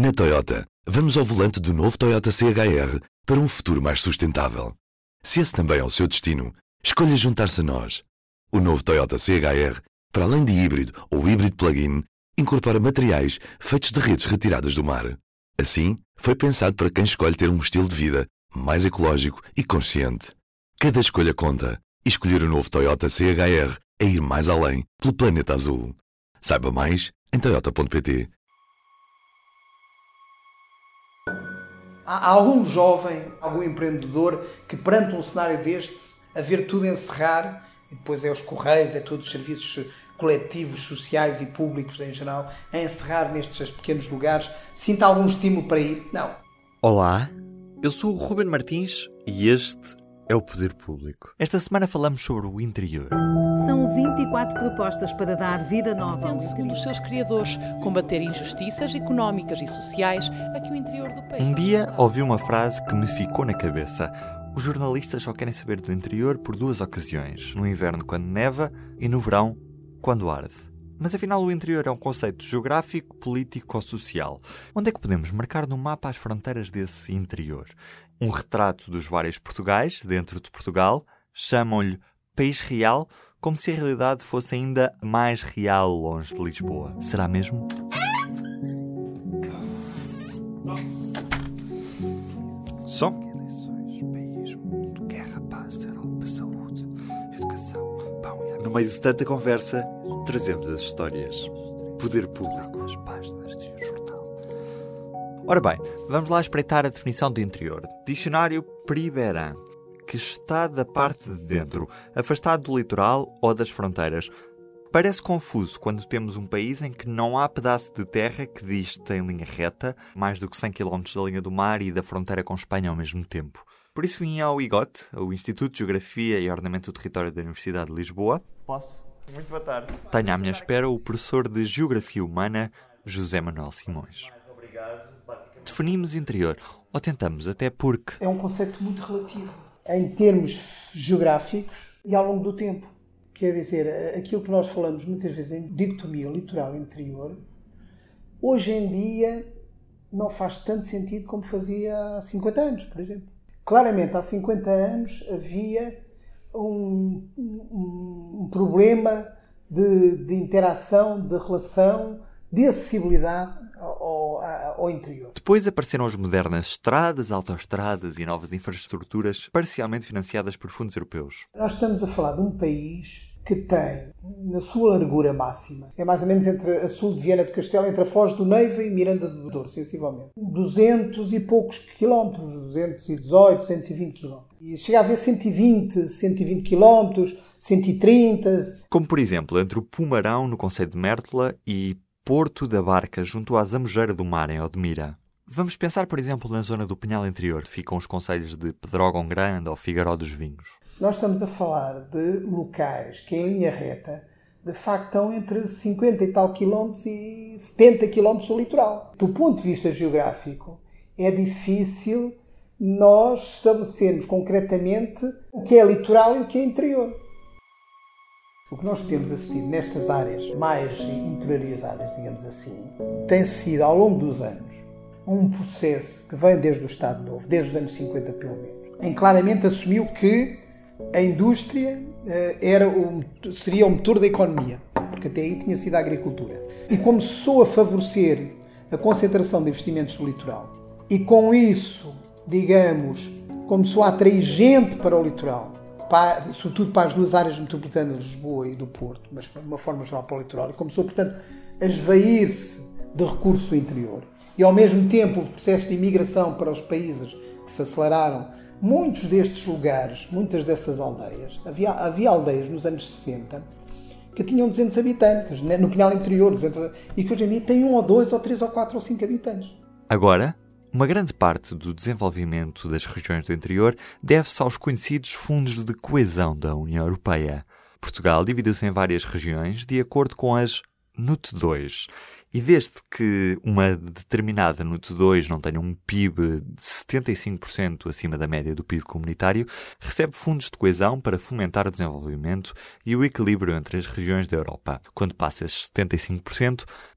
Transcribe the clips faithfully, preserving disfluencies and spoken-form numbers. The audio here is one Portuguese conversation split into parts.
Na Toyota, vamos ao volante do novo Toyota C H R para um futuro mais sustentável. Se esse também é o seu destino, escolha juntar-se a nós. O novo Toyota C H R, para além de híbrido ou híbrido plug-in, incorpora materiais feitos de redes retiradas do mar. Assim, foi pensado para quem escolhe ter um estilo de vida mais ecológico e consciente. Cada escolha conta, e escolher o novo Toyota C H R é ir mais além pelo planeta azul. Saiba mais em toyota ponto pt. Há algum jovem, algum empreendedor que perante um cenário deste, a ver tudo encerrar, e depois é os correios, é todos os serviços coletivos, sociais e públicos em geral, a encerrar nestes pequenos lugares, sinta algum estímulo para ir? Não. Olá, eu sou o Ruben Martins e este é o Poder Público. Esta semana falamos sobre o interior. São vinte e quatro propostas para dar vida nova ao Pretende, segundo os seus criadores, combater injustiças económicas e sociais a que o interior do país... Um dia ouvi uma frase que me ficou na cabeça. Os jornalistas só querem saber do interior por duas ocasiões. No inverno, quando neva, e no verão, quando arde. Mas afinal o interior é um conceito geográfico, político ou social. Onde é que podemos marcar no mapa as fronteiras desse interior? Um retrato dos vários Portugais dentro de Portugal, chamam-lhe País Real, como se a realidade fosse ainda mais real longe de Lisboa. Será mesmo? Som. País, mundo, guerra, paz, Europa, saúde, educação, pão e água. No meio de tanta conversa, trazemos as histórias. Poder Público. As páginas de um jornal. Ora bem, vamos lá espreitar a definição de interior. Dicionário Priberan, que está da parte de dentro, afastado do litoral ou das fronteiras. Parece confuso quando temos um país em que não há pedaço de terra que dista em linha reta, mais do que cem quilómetros da linha do mar e da fronteira com Espanha ao mesmo tempo. Por isso vim ao I G O T, o Instituto de Geografia e Ordenamento do Território da Universidade de Lisboa. Posso? Muito boa tarde. Tenho à minha espera o professor de Geografia Humana, José Manuel Simões. Definimos interior, ou tentamos, até porque... É um conceito muito relativo, em termos geográficos e ao longo do tempo. Quer dizer, aquilo que nós falamos muitas vezes em dicotomia litoral-interior, hoje em dia não faz tanto sentido como fazia há cinquenta anos, por exemplo. Claramente, há cinquenta anos havia um, um, um problema de, de interação, de relação, de acessibilidade ao, ao interior. Depois apareceram as modernas estradas, autoestradas e novas infraestruturas parcialmente financiadas por fundos europeus. Nós estamos a falar de um país que tem, na sua largura máxima, é mais ou menos entre a sul de Viana do Castelo, entre a Foz do Neiva e Miranda do Douro, sensivelmente. duzentos e poucos quilómetros, duzentos e dezoito, duzentos e vinte quilómetros. E chega a haver cento e vinte, cento e vinte quilómetros, cento e trinta... Como, por exemplo, entre o Pumarão, no concelho de Mértola, e Porto da Barca, junto à Zamojeira do Mar, em Odmira. Vamos pensar, por exemplo, na zona do Pinhal Interior. Ficam os concelhos de Pedrógão Grande ou Figueiró dos Vinhos. Nós estamos a falar de locais que, em linha reta, de facto estão entre cinquenta e tal quilómetros e setenta quilómetros do litoral. Do ponto de vista geográfico, é difícil nós estabelecermos concretamente o que é litoral e o que é interior. O que nós temos assistido nestas áreas mais interiorizadas, digamos assim, tem sido, ao longo dos anos, um processo que vem desde o Estado Novo, desde os anos cinquenta pelo menos, em claramente assumiu que a indústria uh, era o, seria o motor da economia, porque até aí tinha sido a agricultura. E começou a favorecer a concentração de investimentos no litoral. E com isso, digamos, começou a atrair gente para o litoral, para, sobretudo para as duas áreas metropolitanas de Lisboa e do Porto, mas de uma forma geral para o litoral. E começou, portanto, a esvair-se de recurso interior. E, ao mesmo tempo, houve processos de imigração para os países que se aceleraram. Muitos destes lugares, muitas dessas aldeias, havia, havia aldeias nos anos sessenta que tinham duzentos habitantes, né, no Pinhal Interior, duzentos, e que hoje em dia têm um ou dois, ou três, ou quatro, ou cinco habitantes. Agora, uma grande parte do desenvolvimento das regiões do interior deve-se aos conhecidos fundos de coesão da União Europeia. Portugal dividiu-se em várias regiões de acordo com as N U T dois. E desde que uma determinada N U T dois não tenha um P I B de setenta e cinco por cento acima da média do P I B comunitário, recebe fundos de coesão para fomentar o desenvolvimento e o equilíbrio entre as regiões da Europa. Quando passa esses setenta e cinco por cento,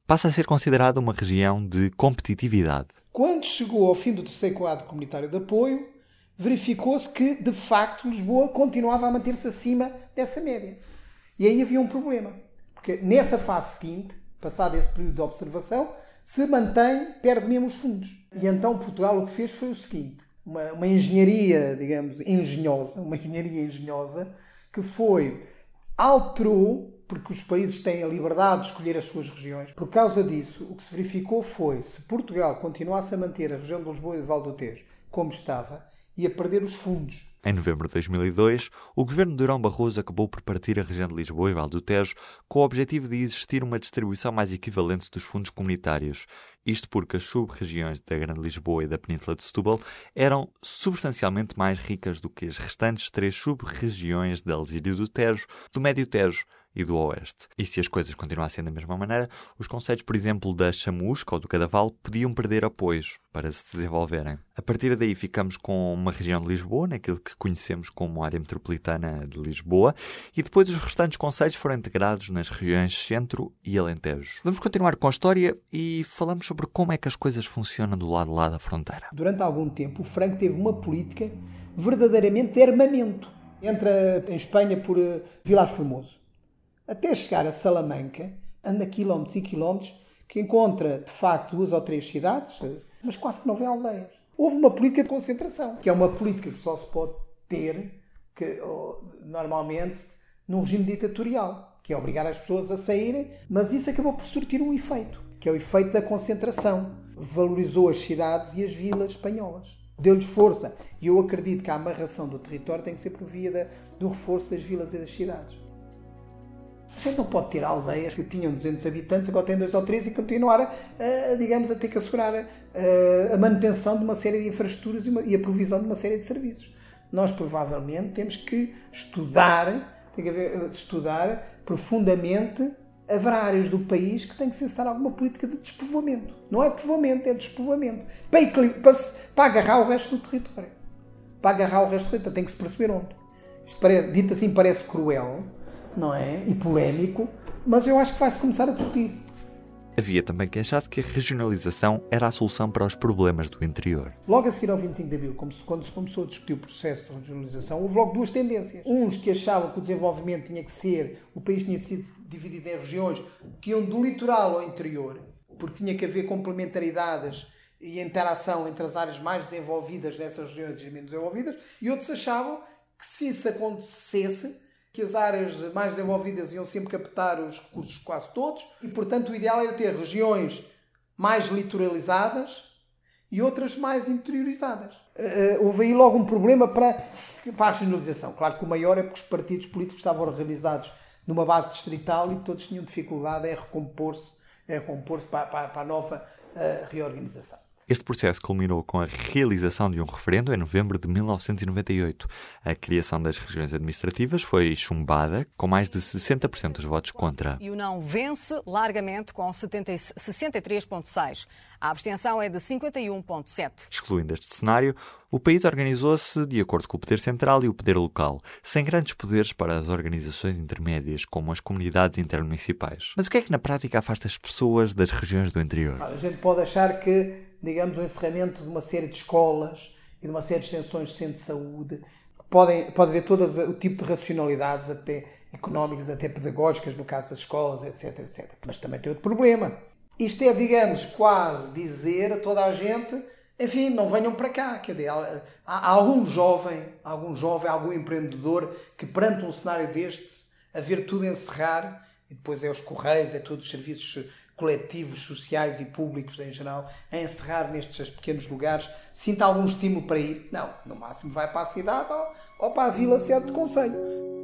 passa a ser considerada uma região de competitividade. Quando chegou ao fim do terceiro quadro comunitário de apoio, verificou-se que, de facto, Lisboa continuava a manter-se acima dessa média. E aí havia um problema, porque nessa fase seguinte, passado esse período de observação, se mantém, perde mesmo os fundos. E então Portugal o que fez foi o seguinte, uma, uma engenharia, digamos, engenhosa, uma engenharia engenhosa, que foi, alterou, porque os países têm a liberdade de escolher as suas regiões. Por causa disso, o que se verificou foi, se Portugal continuasse a manter a região de Lisboa e de Val do Tejo como estava, ia perder os fundos. Em novembro de dois mil e dois, o governo de Durão Barroso acabou por partir a região de Lisboa e Val do Tejo com o objetivo de existir uma distribuição mais equivalente dos fundos comunitários. Isto porque as sub-regiões da Grande Lisboa e da Península de Setúbal eram substancialmente mais ricas do que as restantes três sub-regiões da Alzírio do Tejo, do Médio Tejo e do Oeste. E se as coisas continuassem da mesma maneira, os concelhos, por exemplo, da Chamusca ou do Cadaval, podiam perder apoios para se desenvolverem. A partir daí ficamos com uma região de Lisboa, naquilo que conhecemos como área metropolitana de Lisboa, e depois os restantes concelhos foram integrados nas regiões Centro e Alentejo. Vamos continuar com a história e falamos sobre como é que as coisas funcionam do lado de lá da fronteira. Durante algum tempo, o Franco teve uma política verdadeiramente de armamento. Entra em Espanha por uh, Vilar Formoso. Até chegar a Salamanca, anda quilómetros e quilómetros, que encontra, de facto, duas ou três cidades, mas quase que não vê aldeias. Houve uma política de concentração, que é uma política que só se pode ter, que, normalmente, num regime ditatorial, que é obrigar as pessoas a saírem, mas isso acabou por surtir um efeito, que é o efeito da concentração. Valorizou as cidades e as vilas espanholas. Deu-lhes força. E eu acredito que a amarração do território tem que ser por via do reforço das vilas e das cidades. A gente não pode ter aldeias que tinham duzentos habitantes, agora têm dois ou três e continuar, a, digamos, a ter que assegurar a, a manutenção de uma série de infraestruturas e, uma, e a provisão de uma série de serviços. Nós, provavelmente, temos que estudar, tem que haver, estudar profundamente. Haverá áreas do país que têm que se encetar alguma política de despovoamento. Não é de povoamento, é de despovoamento. Para, para, para agarrar o resto do território. Para agarrar o resto do território. Tem que se perceber onde. Isto parece, dito assim parece cruel, não é? E polémico, mas eu acho que vai-se começar a discutir. Havia também quem achasse que a regionalização era a solução para os problemas do interior. Logo a seguir ao vinte e cinco de Abril, quando se começou a discutir o processo de regionalização, houve logo duas tendências. Uns que achavam que o desenvolvimento tinha que ser, o país tinha sido dividido em regiões que iam do litoral ao interior, porque tinha que haver complementaridades e interação entre as áreas mais desenvolvidas nessas regiões e as menos desenvolvidas, e outros achavam que se isso acontecesse, que as áreas mais desenvolvidas iam sempre captar os recursos quase todos e, portanto, o ideal era ter regiões mais litoralizadas e outras mais interiorizadas. Uh, houve aí logo um problema para, para a regionalização. Claro que o maior é porque os partidos políticos estavam organizados numa base distrital e todos tinham dificuldade em recompor-se, em recompor-se para, para, para a nova uh, reorganização. Este processo culminou com a realização de um referendo em novembro de mil novecentos e noventa e oito. A criação das regiões administrativas foi chumbada, com mais de sessenta por cento dos votos contra. E o não vence largamente, com sessenta e três vírgula seis por cento. A abstenção é de cinquenta e um vírgula sete por cento. Excluindo este cenário, o país organizou-se de acordo com o poder central e o poder local, sem grandes poderes para as organizações intermédias, como as comunidades intermunicipais. Mas o que é que na prática afasta as pessoas das regiões do interior? A gente pode achar que, digamos, o encerramento de uma série de escolas e de uma série de extensões de centros de saúde, podem, pode haver todo o tipo de racionalidades, até económicas, até pedagógicas, no caso das escolas, etc, etcétera. Mas também tem outro problema. Isto é, digamos, quase dizer a toda a gente, enfim, não venham para cá. Quer dizer, há, há algum jovem, algum jovem, algum empreendedor que perante um cenário deste, a ver tudo encerrar, e depois é os correios, é todos os serviços coletivos, sociais e públicos em geral, a encerrar nestes pequenos lugares, sinta algum estímulo para ir? Não, no máximo vai para a cidade ou, ou para a vila sede de concelho.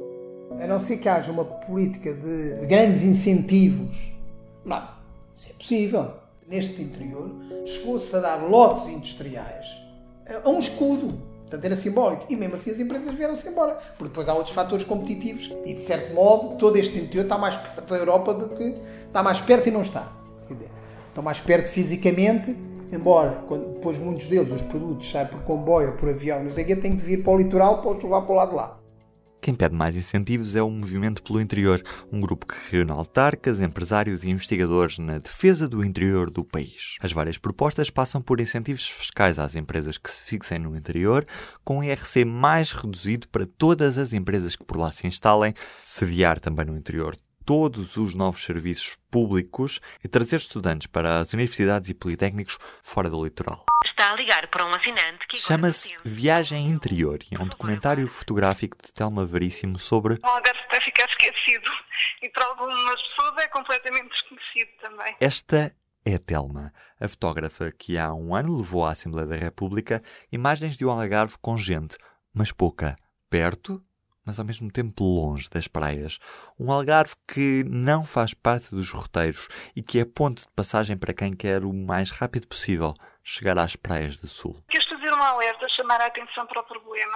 A não ser que haja uma política de, de grandes incentivos, não, isso é possível. Neste interior, chegou-se a dar lotes industriais a um escudo. Portanto, era simbólico. E mesmo assim as empresas vieram-se embora. Porque depois há outros fatores competitivos. E, de certo modo, todo este interior está mais perto da Europa do que... Está mais perto e não está. Estão mais perto fisicamente, embora quando, depois muitos deles, os produtos, saem por comboio ou por avião, não sei o quê, têm que vir para o litoral para os levar para o lado de lá. Quem pede mais incentivos é o Movimento pelo Interior, um grupo que reúne autarcas, empresários e investigadores na defesa do interior do país. As várias propostas passam por incentivos fiscais às empresas que se fixem no interior, com um I R C mais reduzido para todas as empresas que por lá se instalem, sediar também no interior todos os novos serviços públicos e trazer estudantes para as universidades e politécnicos fora do litoral. Está a ligar para um assinante que... Chama-se Viagem Interior e é um documentário fotográfico de Telma Veríssimo sobre... O Algarve vai ficar esquecido e para algumas pessoas é completamente desconhecido também. Esta é Telma, a fotógrafa que há um ano levou à Assembleia da República imagens de um Algarve com gente, mas pouca, perto, mas ao mesmo tempo longe das praias. Um Algarve que não faz parte dos roteiros e que é ponto de passagem para quem quer o mais rápido possível chegar às praias do sul. Queres fazer um alerta, chamar a atenção para o problema,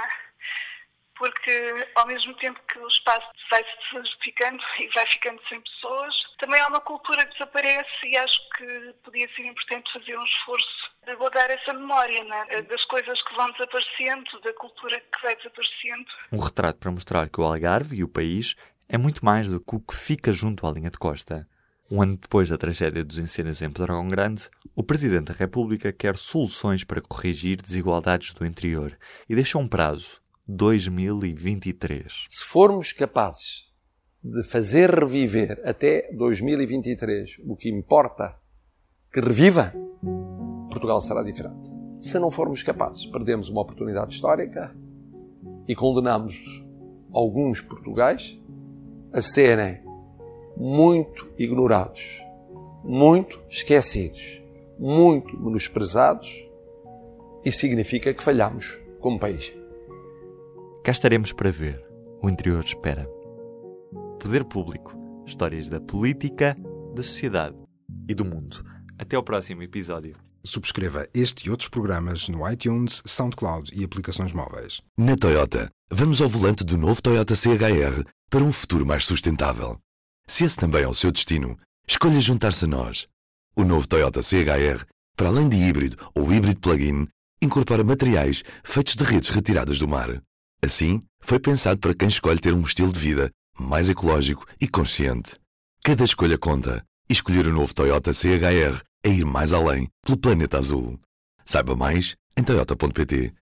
porque ao mesmo tempo que o espaço vai se desertificando e vai ficando sem pessoas, também há uma cultura que desaparece e acho que podia ser importante fazer um esforço de guardar essa memória, né? Das coisas que vão desaparecendo, da cultura que vai desaparecendo. Um retrato para mostrar que o Algarve e o país é muito mais do que o que fica junto à linha de costa. Um ano depois da tragédia dos incêndios em Pedrógão Grande, o Presidente da República quer soluções para corrigir desigualdades do interior e deixa um prazo, dois mil e vinte e três. Se formos capazes de fazer reviver até dois mil e vinte e três o que importa que reviva, Portugal será diferente. Se não formos capazes, perdemos uma oportunidade histórica e condenamos alguns portugueses a serem muito ignorados, muito esquecidos, muito menosprezados e significa que falhamos como país. Cá estaremos para ver. O interior espera. Poder Público. Histórias da política, da sociedade e do mundo. Até ao próximo episódio. Subscreva este e outros programas no iTunes, SoundCloud e aplicações móveis. Na Toyota, vamos ao volante do novo Toyota C H R para um futuro mais sustentável. Se esse também é o seu destino, escolha juntar-se a nós. O novo Toyota C H R, para além de híbrido ou híbrido plug-in, incorpora materiais feitos de redes retiradas do mar. Assim, foi pensado para quem escolhe ter um estilo de vida mais ecológico e consciente. Cada escolha conta e escolher o novo Toyota C H R é ir mais além pelo planeta azul. Saiba mais em toyota ponto pt.